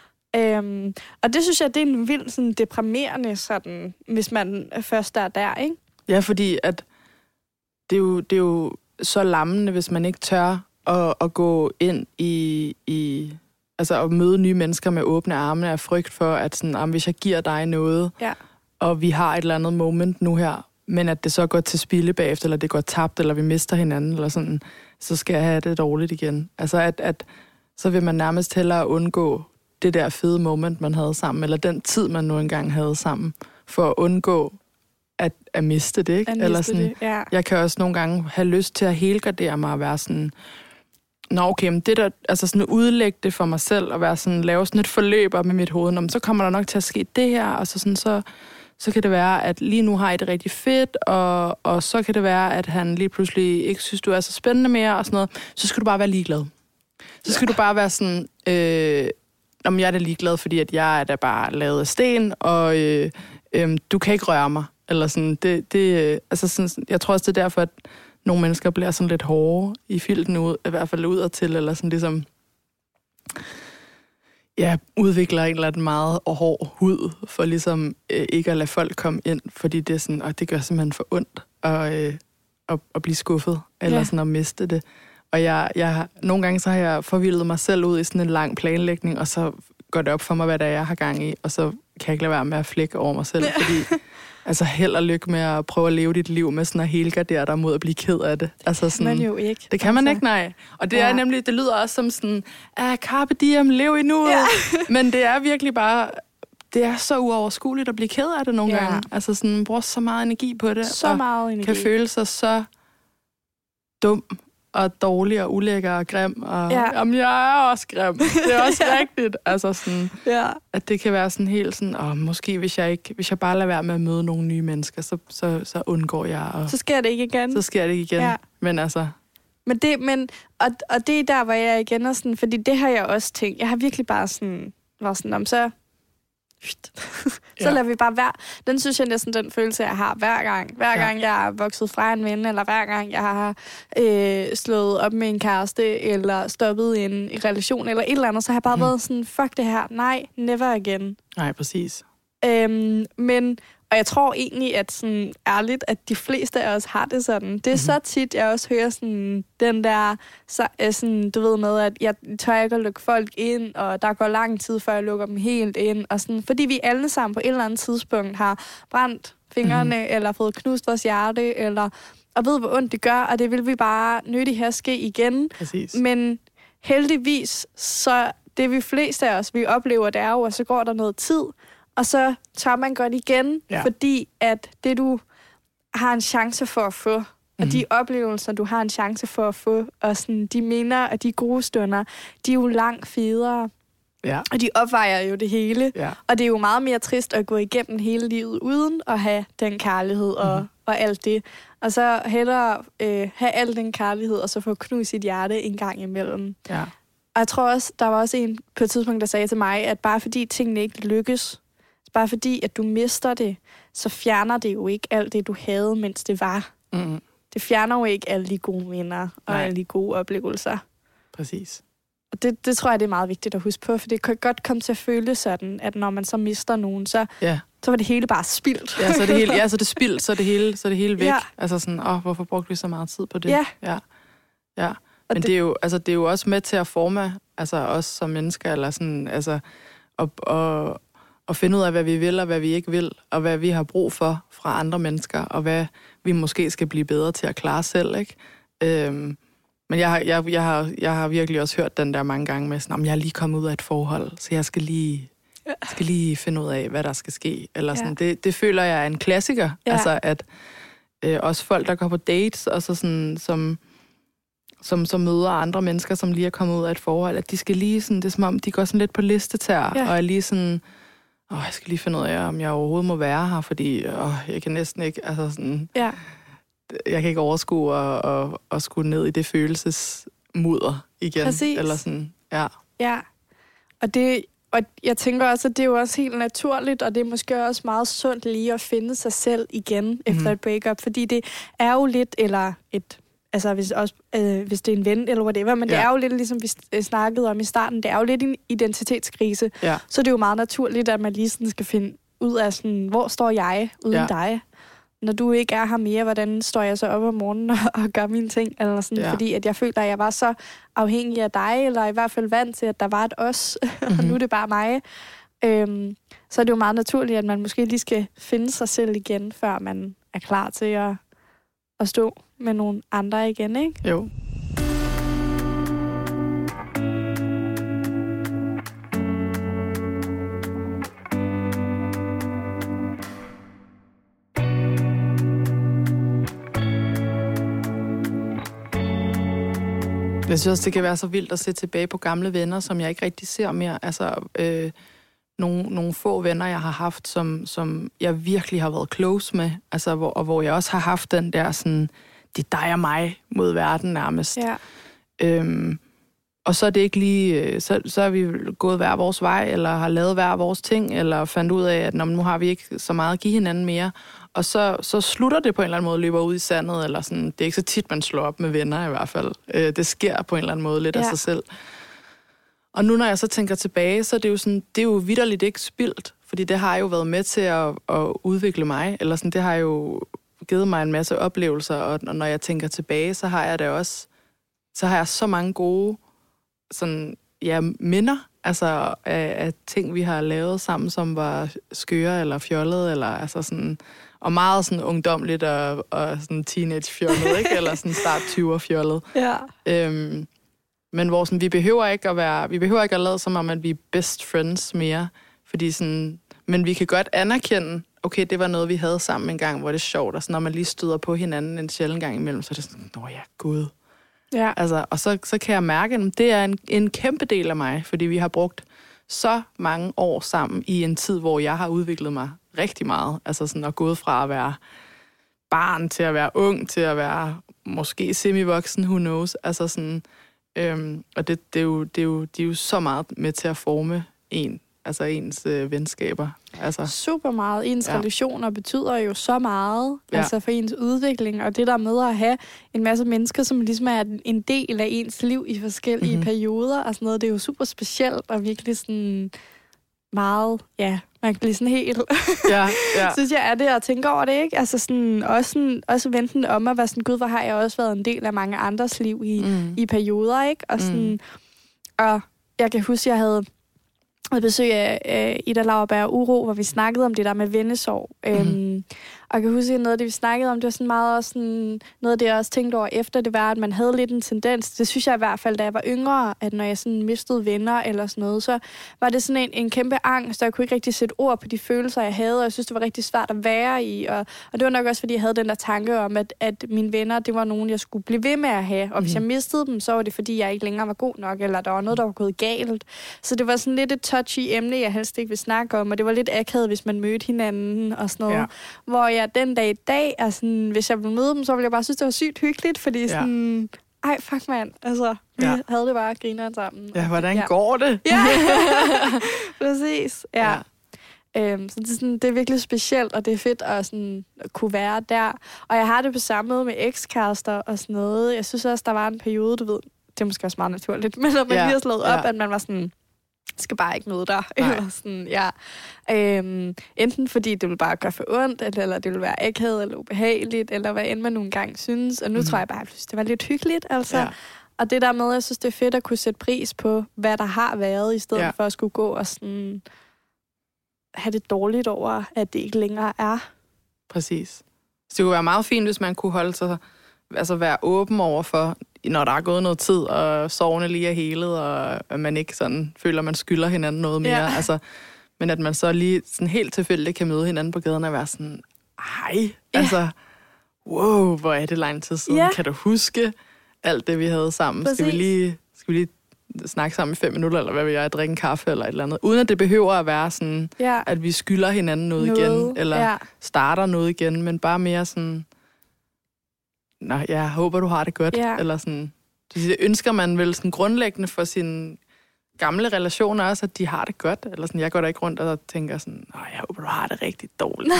Og det synes jeg, det er en vildt sådan, deprimerende, sådan, hvis man først er der, ikke? Ja, fordi at det er jo så lammende, hvis man ikke tør at gå ind i altså at møde nye mennesker med åbne arme af frygt for, at sådan, hvis jeg giver dig noget, og vi har et eller andet moment nu her, men at det så går til spilde bagefter, eller det går tabt, eller vi mister hinanden, eller sådan, så skal jeg have det dårligt igen. Altså at så vil man nærmest hellere undgå det der fede moment, man havde sammen, eller den tid, man nu engang havde sammen, for at undgå at miste det, ikke? Eller sådan, det, ja. Jeg kan også nogle gange have lyst til at helgardere mig og være sådan, nå okay, men det der, altså sådan udlægge det for mig selv, og være sådan, lave sådan et forløb op i mit hoved, så kommer der nok til at ske det her, og så sådan, så kan det være, at lige nu har I det rigtig fedt, og så kan det være, at han lige pludselig ikke synes, du er så spændende mere, og sådan noget. Så skal du bare være ligeglad. Så skal du bare være sådan, om jeg er da ligeglad, fordi at jeg er da bare lavet af sten, og du kan ikke røre mig. Eller sådan, altså sådan, jeg tror også, det er derfor, at nogle mennesker bliver sådan lidt hårde i filten, ud, i hvert fald udadtil, eller sådan ligesom, ja, udvikler en eller anden meget hård hud, for ligesom ikke at lade folk komme ind, fordi det er sådan, og det gør simpelthen for ondt at blive skuffet, eller sådan at miste det. Og jeg nogle gange så har jeg forvildet mig selv ud i sådan en lang planlægning, og så går det op for mig, hvad der er, jeg har gang i, og så kan jeg ikke lade være med at flække over mig selv, fordi altså held og lykke med at prøve at leve dit liv med sådan at helgardere dig mod at blive ked af det. Altså sådan, det kan man jo ikke. Det kan man ikke, nej. Og det er nemlig, det lyder også som sådan, carpe diem, lev i nuet. Ja. Men det er virkelig bare, det er så uoverskueligt at blive ked af det nogle gange. Altså sådan, man bruger så meget energi på det. Så meget energi. Kan føle sig så dum og dårlig og ulækker og grim. Og, jamen, jeg er også grim. Det er også rigtigt. Altså sådan, at det kan være sådan helt sådan, måske hvis jeg bare lader være med at møde nogle nye mennesker, så undgår jeg. Og så sker det ikke igen. Så sker det ikke igen. Ja. Men altså... Og det er der, hvor jeg igen er sådan, fordi det har jeg også tænkt. Jeg har virkelig bare sådan, så lader vi bare være. Den synes jeg næsten, den følelse, jeg har hver gang. Hver gang jeg er vokset fra en ven, eller hver gang jeg har slået op med en kæreste, eller stoppet i en relation, eller et eller andet, så har jeg bare været sådan, fuck det her, nej, never again. Nej, præcis. Og jeg tror egentlig, at sådan ærligt, at de fleste af os har det sådan. Det er så tit, jeg også hører sådan den der, sådan, du ved med, at jeg tør ikke at lukke folk ind, og der går lang tid, før jeg lukker dem helt ind. Og sådan, fordi vi alle sammen på et eller andet tidspunkt har brændt fingrene, eller fået knust vores hjerte, eller og ved, hvor ondt det gør, og det vil vi bare nødigt have ske igen. Præcis. Men heldigvis, så det vi fleste af os, vi oplever, det er jo, at så går der noget tid, og så tør man godt igen, fordi at det, du har en chance for at få, og de oplevelser, du har en chance for at få, og sådan, de minder og de gode stunder, de er jo langt federe. Ja. Og de opvejer jo det hele. Ja. Og det er jo meget mere trist at gå igennem hele livet uden at have den kærlighed og alt det. Og så hellere have al den kærlighed, og så få knust sit hjerte en gang imellem. Ja. Og jeg tror også, der var også en på et tidspunkt, der sagde til mig, at bare fordi tingene ikke lykkes, bare fordi, at du mister det, så fjerner det jo ikke alt det, du havde, mens det var. Mm. Det fjerner jo ikke alle de gode minder og alle de gode oplevelser. Præcis. Og det tror jeg, det er meget vigtigt at huske på, for det kan godt komme til at føle sådan, at når man så mister nogen, så var det hele bare spildt. Ja, så er det hele, så er det spildt, så er det hele væk. Ja. Altså sådan, hvorfor brugte vi så meget tid på det? Ja. Men det er jo også med til at forme os som mennesker, eller sådan, og finde ud af, hvad vi vil, og hvad vi ikke vil, og hvad vi har brug for fra andre mennesker, og hvad vi måske skal blive bedre til at klare selv, ikke? Men jeg har virkelig også hørt den der mange gange med sådan, jeg er lige kommet ud af et forhold, så jeg skal lige finde ud af, hvad der skal ske. Eller sådan. Det føler jeg er en klassiker. Ja. Altså, at også folk, der går på dates, og så sådan, som møder andre mennesker, som lige er kommet ud af et forhold, at de skal lige sådan, det er som om, de går sådan lidt på listetær, og er lige sådan, jeg skal lige finde ud af, om jeg overhovedet må være her, fordi jeg kan næsten ikke, jeg kan ikke overskue at skulle ned i det følelsesmudder igen. Præcis. Eller sådan, Ja, og jeg tænker også, at det er jo også helt naturligt, og det er måske også meget sundt lige at finde sig selv igen efter et breakup, fordi det er jo lidt, eller hvis det er en ven eller whatever, men det er jo lidt ligesom vi snakkede om i starten, det er jo lidt en identitetskrise, så det er jo meget naturligt, at man lige sådan skal finde ud af sådan, hvor står jeg uden dig? når du ikke er her mere, hvordan står jeg så op om morgenen og gør mine ting? Eller sådan, fordi at jeg følte, at jeg var så afhængig af dig, eller i hvert fald vant til, at der var et os, og nu er det bare mig. Så er det jo meget naturligt, at man måske lige skal finde sig selv igen, før man er klar til at stå med nogle andre igen, ikke? Jo. Jeg synes også, det kan være så vildt at se tilbage på gamle venner, som jeg ikke rigtig ser mere. Altså, nogle få venner, jeg har haft, som jeg virkelig har været close med. Altså, hvor jeg også har haft den der sådan, det er dig og mig mod verden nærmest. Ja. Og så er det ikke lige, så er vi gået hver vores vej, eller har lavet hver vores ting, eller fandt ud af, at nu har vi ikke så meget at give hinanden mere. Og så slutter det på en eller anden måde, løber ud i sandet, eller sådan. Det er ikke så tit, man slår op med venner i hvert fald. Det sker på en eller anden måde lidt af sig selv. Og nu, når jeg så tænker tilbage, så er det jo sådan, det er jo vitterligt ikke spildt, fordi det har jo været med til at udvikle mig, eller sådan, det har jo givet mig en masse oplevelser, og når jeg tænker tilbage, så har jeg det også, så har jeg så mange gode sådan, minder, altså af ting, vi har lavet sammen, som var skøre eller fjollet, eller altså sådan, og meget sådan ungdomligt og sådan teenage-fjollet, ikke? Eller sådan start 20'er-fjollet. Ja. Men hvor sådan, vi behøver ikke at lade som om, at vi er best friends mere, fordi sådan, men vi kan godt anerkende, okay, det var noget, vi havde sammen en gang, hvor det er sjovt, og så når man lige støder på hinanden en sjældent gang imellem, så er det sådan, gud. Ja. Altså, og så kan jeg mærke, at det er en kæmpe del af mig, fordi vi har brugt så mange år sammen i en tid, hvor jeg har udviklet mig rigtig meget. Altså sådan at gået fra at være barn til at være ung, til at være måske semi-voksen, who knows. Altså sådan, og de er jo så meget med til at forme ens venskaber. Altså. Super meget. Ens relationer betyder jo så meget altså for ens udvikling, og det der med at have en masse mennesker, som ligesom er en del af ens liv i forskellige perioder og sådan noget, det er jo super specielt og virkelig sådan meget, man kan blive sådan helt, synes jeg er det, og tænke over det, ikke? Altså sådan, også venten om at være sådan, gud, hvor har jeg også været en del af mange andres liv i perioder, ikke? Og sådan, og jeg kan huske, jeg havde besøg af Ida Lauerberg Uro, hvor vi snakkede om det der med vennesorg. Og jeg kan huske, noget af det, vi snakkede om, det var sådan meget også sådan, noget af det, jeg også tænkte over efter, det var, at man havde lidt en tendens. Det synes jeg i hvert fald, da jeg var yngre, at når jeg sådan mistede venner eller sådan noget, så var det sådan en kæmpe angst, og jeg kunne ikke rigtig sætte ord på de følelser, jeg havde, og jeg synes, det var rigtig svært at være i. Og det var nok også, fordi jeg havde den der tanke om, at mine venner, det var nogen, jeg skulle blive ved med at have. Og hvis jeg mistede dem, så var det, fordi jeg ikke længere var god nok, eller der var noget, der var gået galt. Så det var sådan lidt et touchy emne, jeg helst ikke vil snakke om, og det var lidt akavet, hvis man mødte hinanden og sådan noget. Ja. Hvor jeg den dag i dag, er sådan, hvis jeg ville møde dem, så ville jeg bare synes, det var sygt hyggeligt, fordi sådan, ej, fuck mand, altså, vi havde det bare grineren sammen. Ja, hvordan går det? Ja, præcis, ja. Så det er, sådan, det er virkelig specielt, og det er fedt at, sådan, at kunne være der. Og jeg har det på samme måde med ekskærester og sådan noget. Jeg synes også, der var en periode, du ved, det er måske også meget naturligt, men når man lige har slået op, at man var sådan, skal bare ikke møde dig. Eller sådan, enten fordi det vil bare gøre for ondt, eller det vil være akavet eller ubehageligt, eller hvad end man nogle gange synes. Og nu tror jeg bare, at det var lidt hyggeligt. Altså. Ja. Og det der med, jeg synes, det er fedt at kunne sætte pris på, hvad der har været, i stedet for at skulle gå og sådan, have det dårligt over, at det ikke længere er. Præcis. Så det kunne være meget fint, hvis man kunne holde sig, altså være åben over for, når der er gået noget tid, og sorgene lige er helet, og at man ikke sådan føler, at man skylder hinanden noget mere. Ja. Altså, men at man så lige sådan helt tilfældigt kan møde hinanden på gaden og være sådan, altså, wow, hvor er det lang tid siden. Kan du huske alt det, vi havde sammen? Præcis. Skal vi lige snakke sammen i 5 minutter, eller hvad vil jeg, drikke en kaffe eller et eller andet? Uden at det behøver at være sådan, at vi skylder hinanden noget igen, eller starter noget igen, men bare mere sådan, jeg håber, du har det godt. Eller sådan, det ønsker man vel sådan grundlæggende for sine gamle relationer også, at de har det godt. Eller sådan, jeg går da ikke rundt og tænker sådan, jeg håber, du har det rigtig dårligt.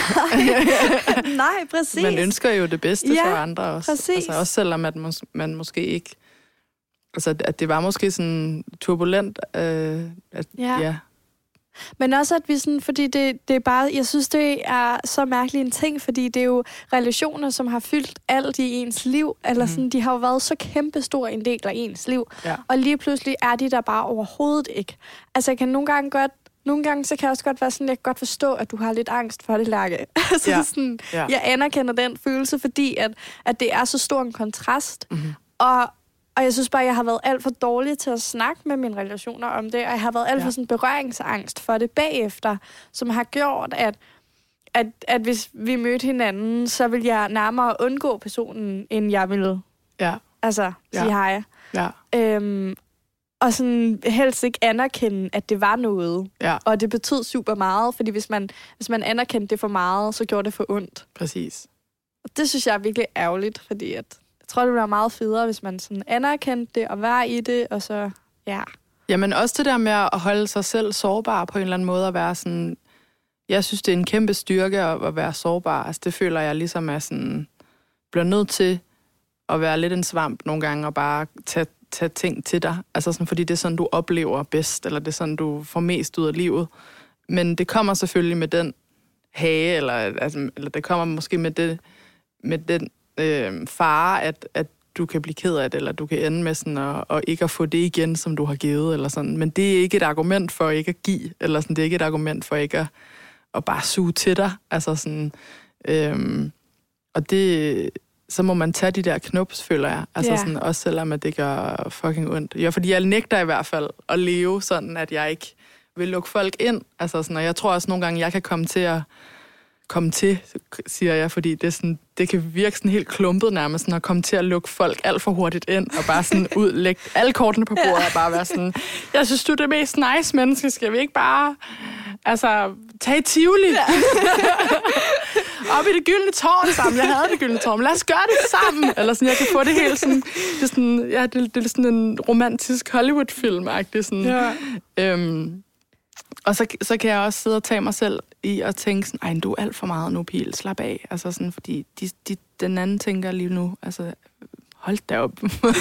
Nej, præcis. Man ønsker jo det bedste for andre også. Præcis. Altså også selvom at man måske ikke, altså at det var måske sådan turbulent, Men også, at vi sådan, fordi det er bare, jeg synes, det er så mærkelig en ting, fordi det er jo relationer, som har fyldt alt i ens liv, eller sådan, de har jo været så kæmpestor en del af ens liv, og lige pludselig er de der bare overhovedet ikke. Altså, jeg kan nogle gange så kan jeg også godt være sådan, jeg kan godt forstå, at du har lidt angst for det, Lærke. Altså, sådan, jeg anerkender den følelse, fordi at det er så stor en kontrast, og jeg synes bare, at jeg har været alt for dårlig til at snakke med mine relationer om det, og jeg har været alt for sådan berøringsangst for det bagefter, som har gjort, at hvis vi mødte hinanden, så ville jeg nærmere undgå personen, end jeg ville sige hej. Ja. Og sådan helst ikke anerkende, at det var noget. Ja. Og det betød super meget, fordi hvis man anerkendte det for meget, så gjorde det for ondt. Præcis. Og det synes jeg er virkelig ærgerligt, fordi jeg tror, det ville være meget federe, hvis man sådan anerkendte det og var i det, og så, Jamen også det der med at holde sig selv sårbar på en eller anden måde, at være sådan, jeg synes, det er en kæmpe styrke at være sårbar. Altså det føler jeg ligesom er sådan, bliver nødt til at være lidt en svamp nogle gange, og bare tage ting til dig. Altså sådan, fordi det er sådan, du oplever bedst, eller det er sådan, du får mest ud af livet. Men det kommer selvfølgelig med den hage, eller det kommer måske med den fare, at du kan blive ked af det, eller du kan ende med sådan og ikke at få det igen, som du har givet, eller sådan. Men det er ikke et argument for ikke at give, eller sådan, det er ikke et argument for ikke at bare suge til dig. Altså sådan, og det, så må man tage de der knups, føler jeg. Altså sådan, også selvom at det gør fucking ondt. Ja, fordi jeg nægter i hvert fald at leve sådan, at jeg ikke vil lukke folk ind. Altså sådan, og jeg tror også nogle gange, jeg kan komme til, siger jeg, fordi det, er sådan, det kan virke sådan helt klumpet nærmest, sådan at komme til at lukke folk alt for hurtigt ind, og bare sådan lægge alle kortene på bordet, og bare være sådan, jeg synes, du er det mest nice menneske, skal vi ikke bare, tage Tivoli? Ja. Op i det gyldne tårn sammen. Jeg havde det gyldne tårn, men lad os gøre det sammen. Eller sådan, jeg kan få det helt sådan, det er sådan, det er sådan en romantisk Hollywood-film-agtig sådan. Ja. Og så kan jeg også sidde og tage mig selv i at tænke sådan, ej, du er alt for meget nu, Pil, slap af. Altså sådan, fordi den anden tænker lige nu, altså, hold da op.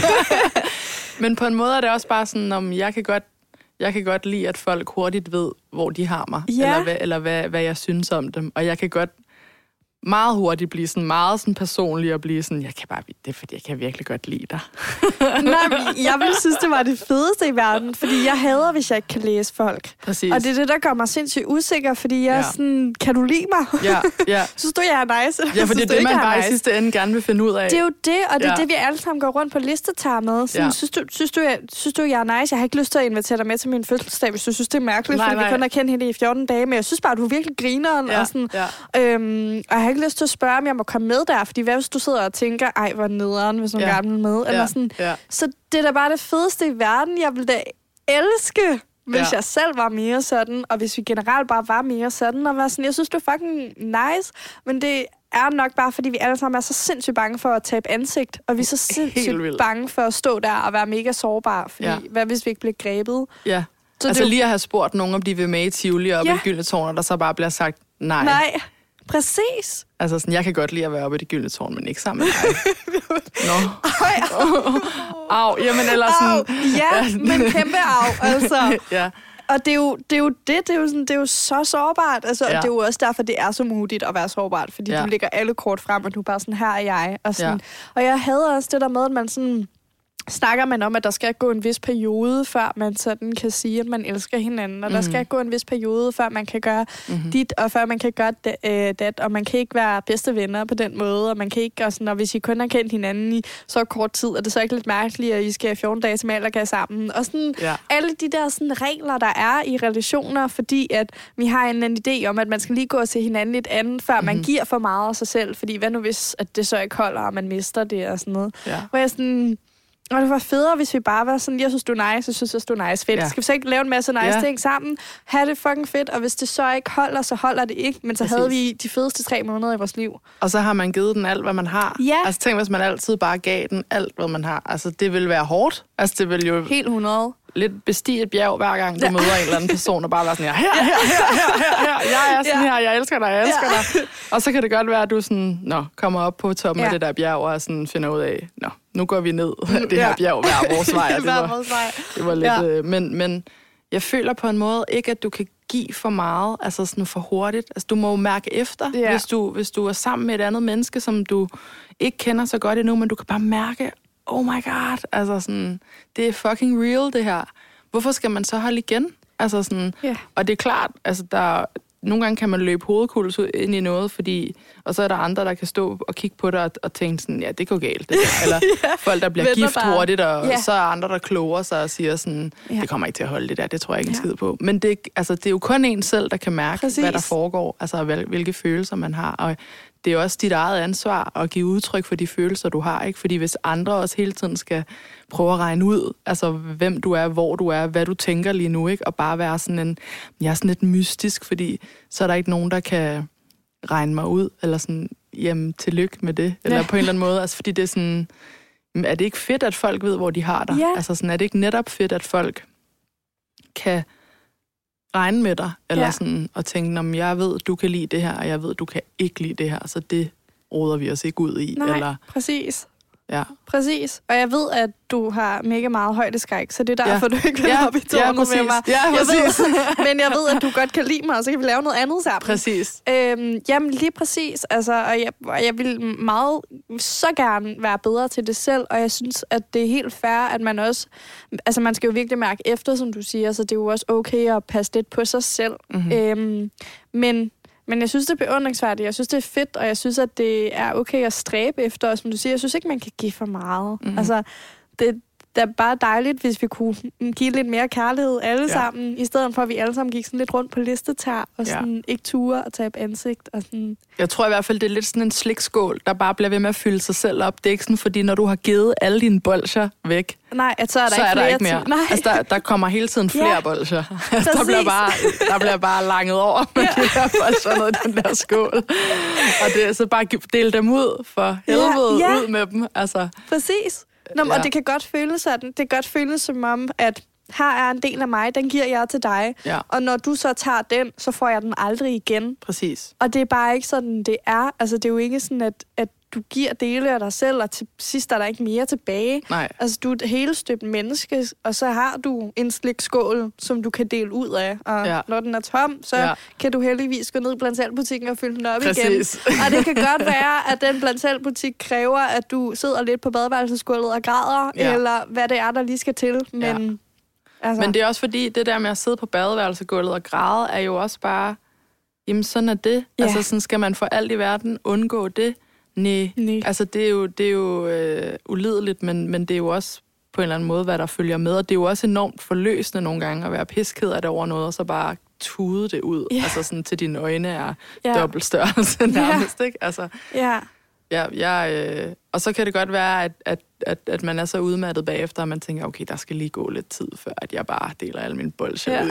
Men på en måde er det også bare sådan, om jeg kan godt lide, at folk hurtigt ved, hvor de har mig, eller hvad jeg synes om dem. Og jeg kan godt meget hurtigt blive sådan meget sådan personlig og blive sådan, det er fordi, jeg kan virkelig godt lide dig. Nej, jeg ville synes, det var det fedeste i verden, fordi jeg hader, hvis jeg ikke kan læse folk. Præcis. Og det er det, der gør mig sindssygt usikker, fordi jeg er sådan, kan du lide mig? Ja. Synes du, jeg er nice? Ja, for det er det, man bare i sidste ende gerne vil finde ud af. Det er jo det, og det er det, vi alle sammen går rundt på listetar med. Sådan, synes du, jeg er nice? Jeg har ikke lyst til at invitere dig med til min fødselsdag, hvis du synes, det er mærkeligt, fordi vi kun har kendt hende i 14 dage, men jeg synes bare, du er virkelig grineren. Og sådan. Og jeg har ikke lyst til at spørge, om jeg må komme med der, fordi hvad hvis du sidder og tænker, ej, hvor nederen, hvis nogle gamle med, eller sådan. Ja. Så det er da bare det fedeste i verden. Jeg ville da elske, hvis jeg selv var mere sådan, og hvis vi generelt bare var mere sådan, og var sådan, jeg synes, det er fucking nice, men det er nok bare, fordi vi alle sammen er så sindssygt bange for at tabe ansigt, og vi er så sindssygt bange for at stå der og være mega sårbare, fordi hvad hvis vi ikke bliver grebet? Ja. Så altså lige at have spurgt nogen, om de vil med i Tivoli og op i det gyldne tårn, og der så bare bliver sagt nej. Nej. Præcis. Altså sådan, jeg kan godt lide at være oppe i det gyldne tårn, men ikke sammen med dig. Nå. Au, jamen eller sådan. Ja, men kæmpe au, altså. Ja. Og det er jo så sårbart, altså, og det er jo også derfor, det er så muligt at være sårbart, fordi du lægger alle kort frem, og du er bare sådan, her er jeg, og sådan. Og jeg hader også det der med, at man sådan snakker man om, at der skal gå en vis periode, før man sådan kan sige, at man elsker hinanden. Og der skal gå en vis periode, før man kan gøre dit, og før man kan gøre dat. Og man kan ikke være bedste venner på den måde. Og man kan ikke, og sådan, og hvis I kun har kendt hinanden i så kort tid, er det så ikke lidt mærkeligt, at I skal have 14 dage som alder sammen. Og sådan alle de der sådan regler, der er i relationer, fordi at vi har en anden idé om, at man skal lige gå til hinanden lidt andet, før man giver for meget af sig selv. Fordi hvad nu hvis, at det så ikke holder, og man mister det og sådan noget. Ja. Hvor jeg sådan... Og det var federe, hvis vi bare var sådan, jeg synes, du er nice, jeg synes, du er nice. Fedt. Skal vi så ikke lave en masse nice ting sammen? Ha' det fucking fedt, og hvis det så ikke holder, så holder det ikke. Men så havde vi de fedeste 3 måneder i vores liv. Og så har man givet den alt, hvad man har. Ja. Altså tænk, hvis man altid bare gav den alt, hvad man har. Altså det ville være hårdt. Altså det ville jo... Helt 100. Lidt bestige et bjerg, hver gang du møder en eller anden person, og bare være sådan, her, jeg er sådan her, jeg elsker dig. Og så kan det godt være, at du sådan, kommer op på toppen af det der bjerg, og sådan finder ud af, nu går vi ned det her bjerg hver vores vej. Det var lidt, men jeg føler på en måde ikke, at du kan give for meget, altså sådan for hurtigt. Altså, du må jo mærke efter, hvis du er sammen med et andet menneske, som du ikke kender så godt endnu, men du kan bare mærke, oh my god, altså sådan, det er fucking real, det her. Hvorfor skal man så holde igen? Altså sådan, og det er klart, altså nogle gange kan man løbe hovedkuls ind i noget, og så er der andre, der kan stå og kigge på dig og tænke sådan, ja, det går galt. Det der. Eller folk, der bliver gift hurtigt, og så er andre, der kloger sig og siger sådan, det kommer ikke til at holde det der, det tror jeg ikke en skid på. Men det er jo kun en selv, der kan mærke, hvad der foregår, altså hvilke følelser man har. Og det er også dit eget ansvar at give udtryk for de følelser, du har, ikke? Fordi hvis andre også hele tiden skal prøve at regne ud, altså hvem du er, hvor du er, hvad du tænker lige nu, ikke? Og bare være sådan sådan lidt mystisk, fordi så er der ikke nogen, der kan regne mig ud, eller sådan, jamen, tillykke med det, eller på en eller anden måde. Altså, fordi det er sådan, er det ikke fedt, at folk ved, hvor de har dig? Ja. Altså sådan, er det ikke netop fedt, at folk kan regne med dig, eller sådan, og tænke, om jeg ved, du kan lide det her, og jeg ved, du kan ikke lide det her, så det roder vi os ikke ud i. Nej, eller, præcis. Ja. Præcis. Og jeg ved, at du har mega meget højdeskræk, så det er derfor, du ikke vil op i tårnet med mig. Ja, præcis. Men jeg ved, at du godt kan lide mig, og så kan vi lave noget andet sammen. Præcis. Jamen, lige præcis. Altså, og jeg vil meget så gerne være bedre til det selv, og jeg synes, at det er helt fair, at man også... Altså, man skal jo virkelig mærke efter, som du siger, så det er jo også okay at passe lidt på sig selv. Mm-hmm. Men jeg synes, det er beundringsværdigt. Jeg synes, det er fedt, og jeg synes, at det er okay at stræbe efter. Og som du siger, jeg synes ikke, man kan give for meget. Mm-hmm. Altså, det er bare dejligt, hvis vi kunne give lidt mere kærlighed alle sammen, i stedet for, at vi alle sammen gik sådan lidt rundt på listetær, og sådan ikke ture og tabe ansigt. Og sådan. Jeg tror i hvert fald, det er lidt sådan en slikskål, der bare bliver ved med at fylde sig selv op. Det er ikke sådan, fordi når du har givet alle dine bolcher væk, nej, så er der ikke mere. Altså, der kommer hele tiden flere bolcher. Altså, der bliver bare langet over med de her bolcher ned i den der skål. Og det er så bare dele dem ud for helvede, ud med dem. Altså. Præcis. Og det kan godt føles sådan. Det kan godt føles som om, at her er en del af mig, den giver jeg til dig. Ja. Og når du så tager den, så får jeg den aldrig igen. Præcis. Og det er bare ikke sådan, det er. Altså, det er jo ikke sådan, at du giver dele af dig selv, og til sidst er der ikke mere tilbage. Nej. Altså, du er et helstøbt menneske, og så har du en slikskål, som du kan dele ud af. Og når den er tom, så kan du heldigvis gå ned i blandt selv butikken og fylde den op igen. Og det kan godt være, at den blandt selv butik kræver, at du sidder lidt på badeværelsesgulvet og græder, eller hvad det er, der lige skal til. Men, men det er også fordi, det der med at sidde på badeværelsesgulvet og græde, er jo også bare, jamen sådan er det. Ja. Altså sådan skal man for alt i verden undgå det. Nej. Altså det er jo ulideligt, men det er jo også på en eller anden måde, hvad der følger med. Og det er jo også enormt forløsende nogle gange at være pissked af det over noget, og så bare tude det ud. Yeah. Altså sådan til dine øjne er dobbelt størrelse nærmest, ikke? Altså, og så kan det godt være, at man er så udmattet bagefter, og man tænker, okay, der skal lige gå lidt tid, før at jeg bare deler alle mine bolcher ud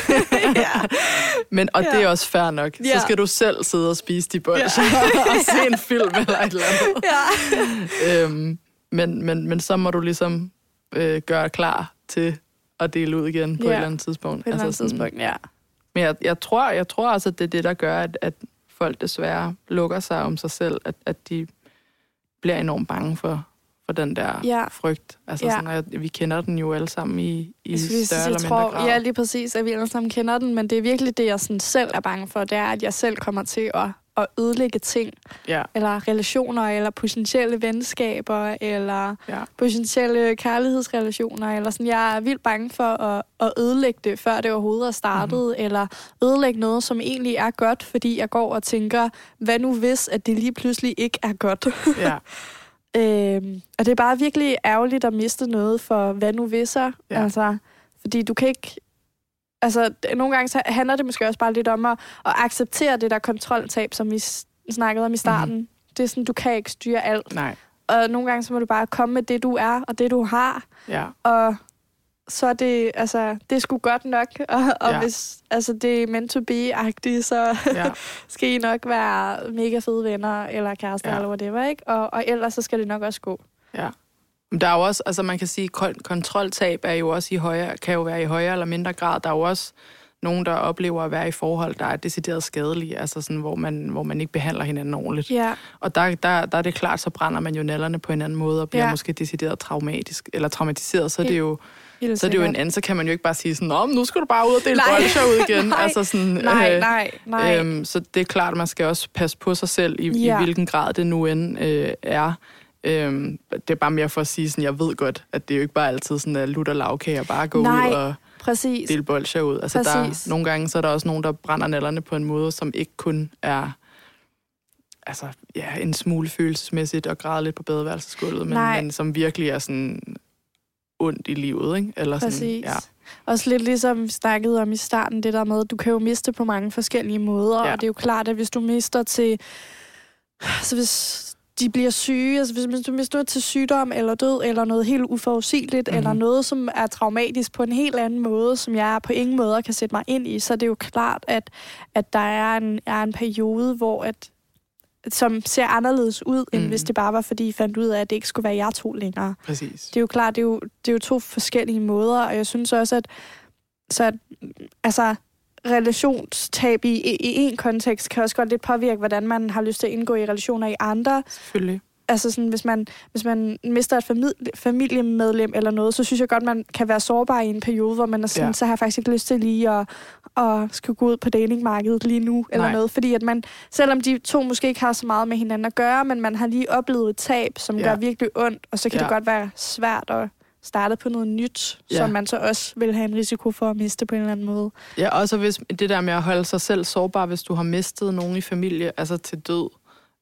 igen. Og det er også fair nok. Så skal du selv sidde og spise de bolcher og se en film eller et eller andet. Men så må du ligesom gøre klar til at dele ud igen på et eller andet tidspunkt. På et eller andet tidspunkt, Men jeg tror også, at det er det, der gør, at folk desværre lukker sig om sig selv, at de bliver enormt bange for den der frygt. Altså sådan, at vi kender den jo alle sammen i større eller mindre grad. Ja, lige præcis, at vi alle sammen kender den, men det er virkelig det, jeg sådan selv er bange for, det er, at jeg selv kommer til at ødelægge ting, eller relationer, eller potentielle venskaber, eller potentielle kærlighedsrelationer, eller sådan. Jeg er vildt bange for at ødelægge det, før det overhovedet er startet, eller ødelægge noget, som egentlig er godt, fordi jeg går og tænker, hvad nu hvis, at det lige pludselig ikke er godt? Ja. Og det er bare virkelig ærgerligt at miste noget for hvad nu visser. Ja. Altså, fordi du kan ikke... Altså, nogle gange så handler det måske også bare lidt om at acceptere det der kontroltab, som vi snakkede om i starten. Mm-hmm. Det er sådan, du kan ikke styre alt. Nej. Og nogle gange så må du bare komme med det, du er, og det, du har. Ja. Og så er det, altså, det er sgu godt nok. Og hvis det er meant to be-agtigt, så skal I nok være mega fede venner, eller kærester, eller whatever, ikke? Og ellers så skal det nok også gå. Ja. Der er jo også, altså man kan sige, kontroltab er jo også kan jo være i højere eller mindre grad. Der er jo også nogen, der oplever at være i forhold, der er decideret skadelige, altså sådan, hvor man ikke behandler hinanden ordentligt. Ja. Og der er det klart, så brænder man jo nælderne på en anden måde, og bliver måske decideret traumatisk, eller traumatiseret, så er det jo Så er det jo en anden, så kan man jo ikke bare sige sådan, nu skal du bare ud og dele bolcher ud igen. Nej. Altså sådan, Nej. Så det er klart, at man skal også passe på sig selv, i hvilken grad det nu end er. Det er bare mere for at sige sådan, jeg ved godt, at det er jo ikke bare altid sådan, at lutter lavkager bare gå ud og dele bolcher ud. Altså der, nogle gange så er der også nogen, der brænder nælderne på en måde, som ikke kun er en smule følelsesmæssigt og græde lidt på badeværelsesgulvet, men som virkelig er sådan ondt i livet, ikke? Eller sådan, præcis. Ja. Også lidt ligesom vi snakkede om i starten, det der med, at du kan jo miste på mange forskellige måder, og det er jo klart, at hvis du mister til... Så hvis de bliver syge, altså hvis du mister til sygdom eller død, eller noget helt uforudsigeligt, eller noget, som er traumatisk på en helt anden måde, som jeg på ingen måde kan sætte mig ind i, så er det jo klart, at der er en periode, hvor som ser anderledes ud, end hvis det bare var, fordi I fandt ud af, at det ikke skulle være jer to længere. Præcis. Det er jo klart, det er jo to forskellige måder, og jeg synes også, at relationstab i en kontekst kan også godt lidt påvirke, hvordan man har lyst til at indgå i relationer i andre. Selvfølgelig. Altså sådan, hvis man mister et familiemedlem eller noget, så synes jeg godt, man kan være sårbar i en periode, hvor man er sådan, så har jeg faktisk ikke lyst til lige at skulle gå ud på datingmarkedet lige nu, eller noget. Fordi at man, selvom de to måske ikke har så meget med hinanden at gøre, men man har lige oplevet et tab, som gør virkelig ondt, og så kan det godt være svært at starte på noget nyt, som man så også vil have en risiko for at miste på en eller anden måde. Ja, også hvis det der med at holde sig selv sårbar, hvis du har mistet nogen i familie, altså til død,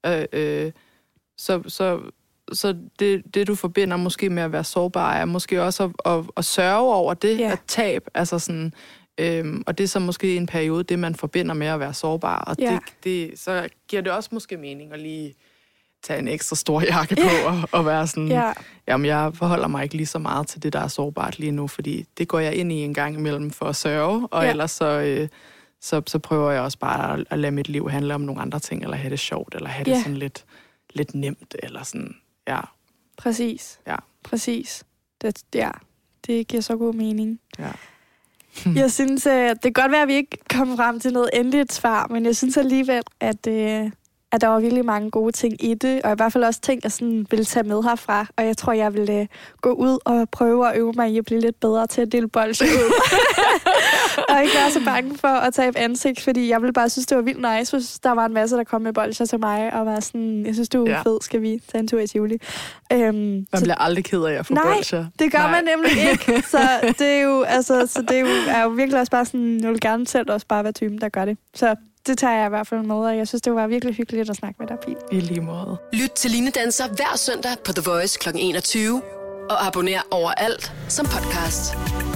så det, du forbinder måske med at være sårbar, er måske også at sørge over det, at tab, altså sådan, og det er så måske en periode, det man forbinder med at være sårbar, og så giver det også måske mening at lige tage en ekstra stor jakke på og være sådan, jamen jeg forholder mig ikke lige så meget til det, der er sårbart lige nu, fordi det går jeg ind i en gang imellem for at sørge, og ellers så prøver jeg også bare at lade mit liv handle om nogle andre ting, eller have det sjovt, eller have det sådan lidt nemt, eller sådan, Præcis. Ja. Præcis. Det giver så god mening. Ja. Jeg synes, det kan godt være, at vi ikke kommer frem til noget endeligt svar, men jeg synes alligevel, at der var virkelig mange gode ting i det, og i hvert fald også ting, jeg sådan ville tage med herfra, og jeg tror, jeg ville gå ud og prøve at øve mig i at blive lidt bedre til at dele bolcher ud. Og ikke være så bange for at tabe ansigt, fordi jeg ville bare synes, det var vildt nice, hvis der var en masse, der kom med bolcher til mig, og var sådan, jeg synes, du er fed, skal vi tage en tur i Tivoli. Man bliver aldrig ked af at få bolcher. Nej, det gør man nemlig ikke. Så det er jo, er jo virkelig også bare sådan, jeg vil gerne selv også bare være typen, der gør det. Så det tager jeg i hvert fald med, og jeg synes, det var virkelig hyggeligt at snakke med dig, Pil. I lige måde. Lyt til Line Danser hver søndag på The Voice kl. 21 og abonner overalt som podcast.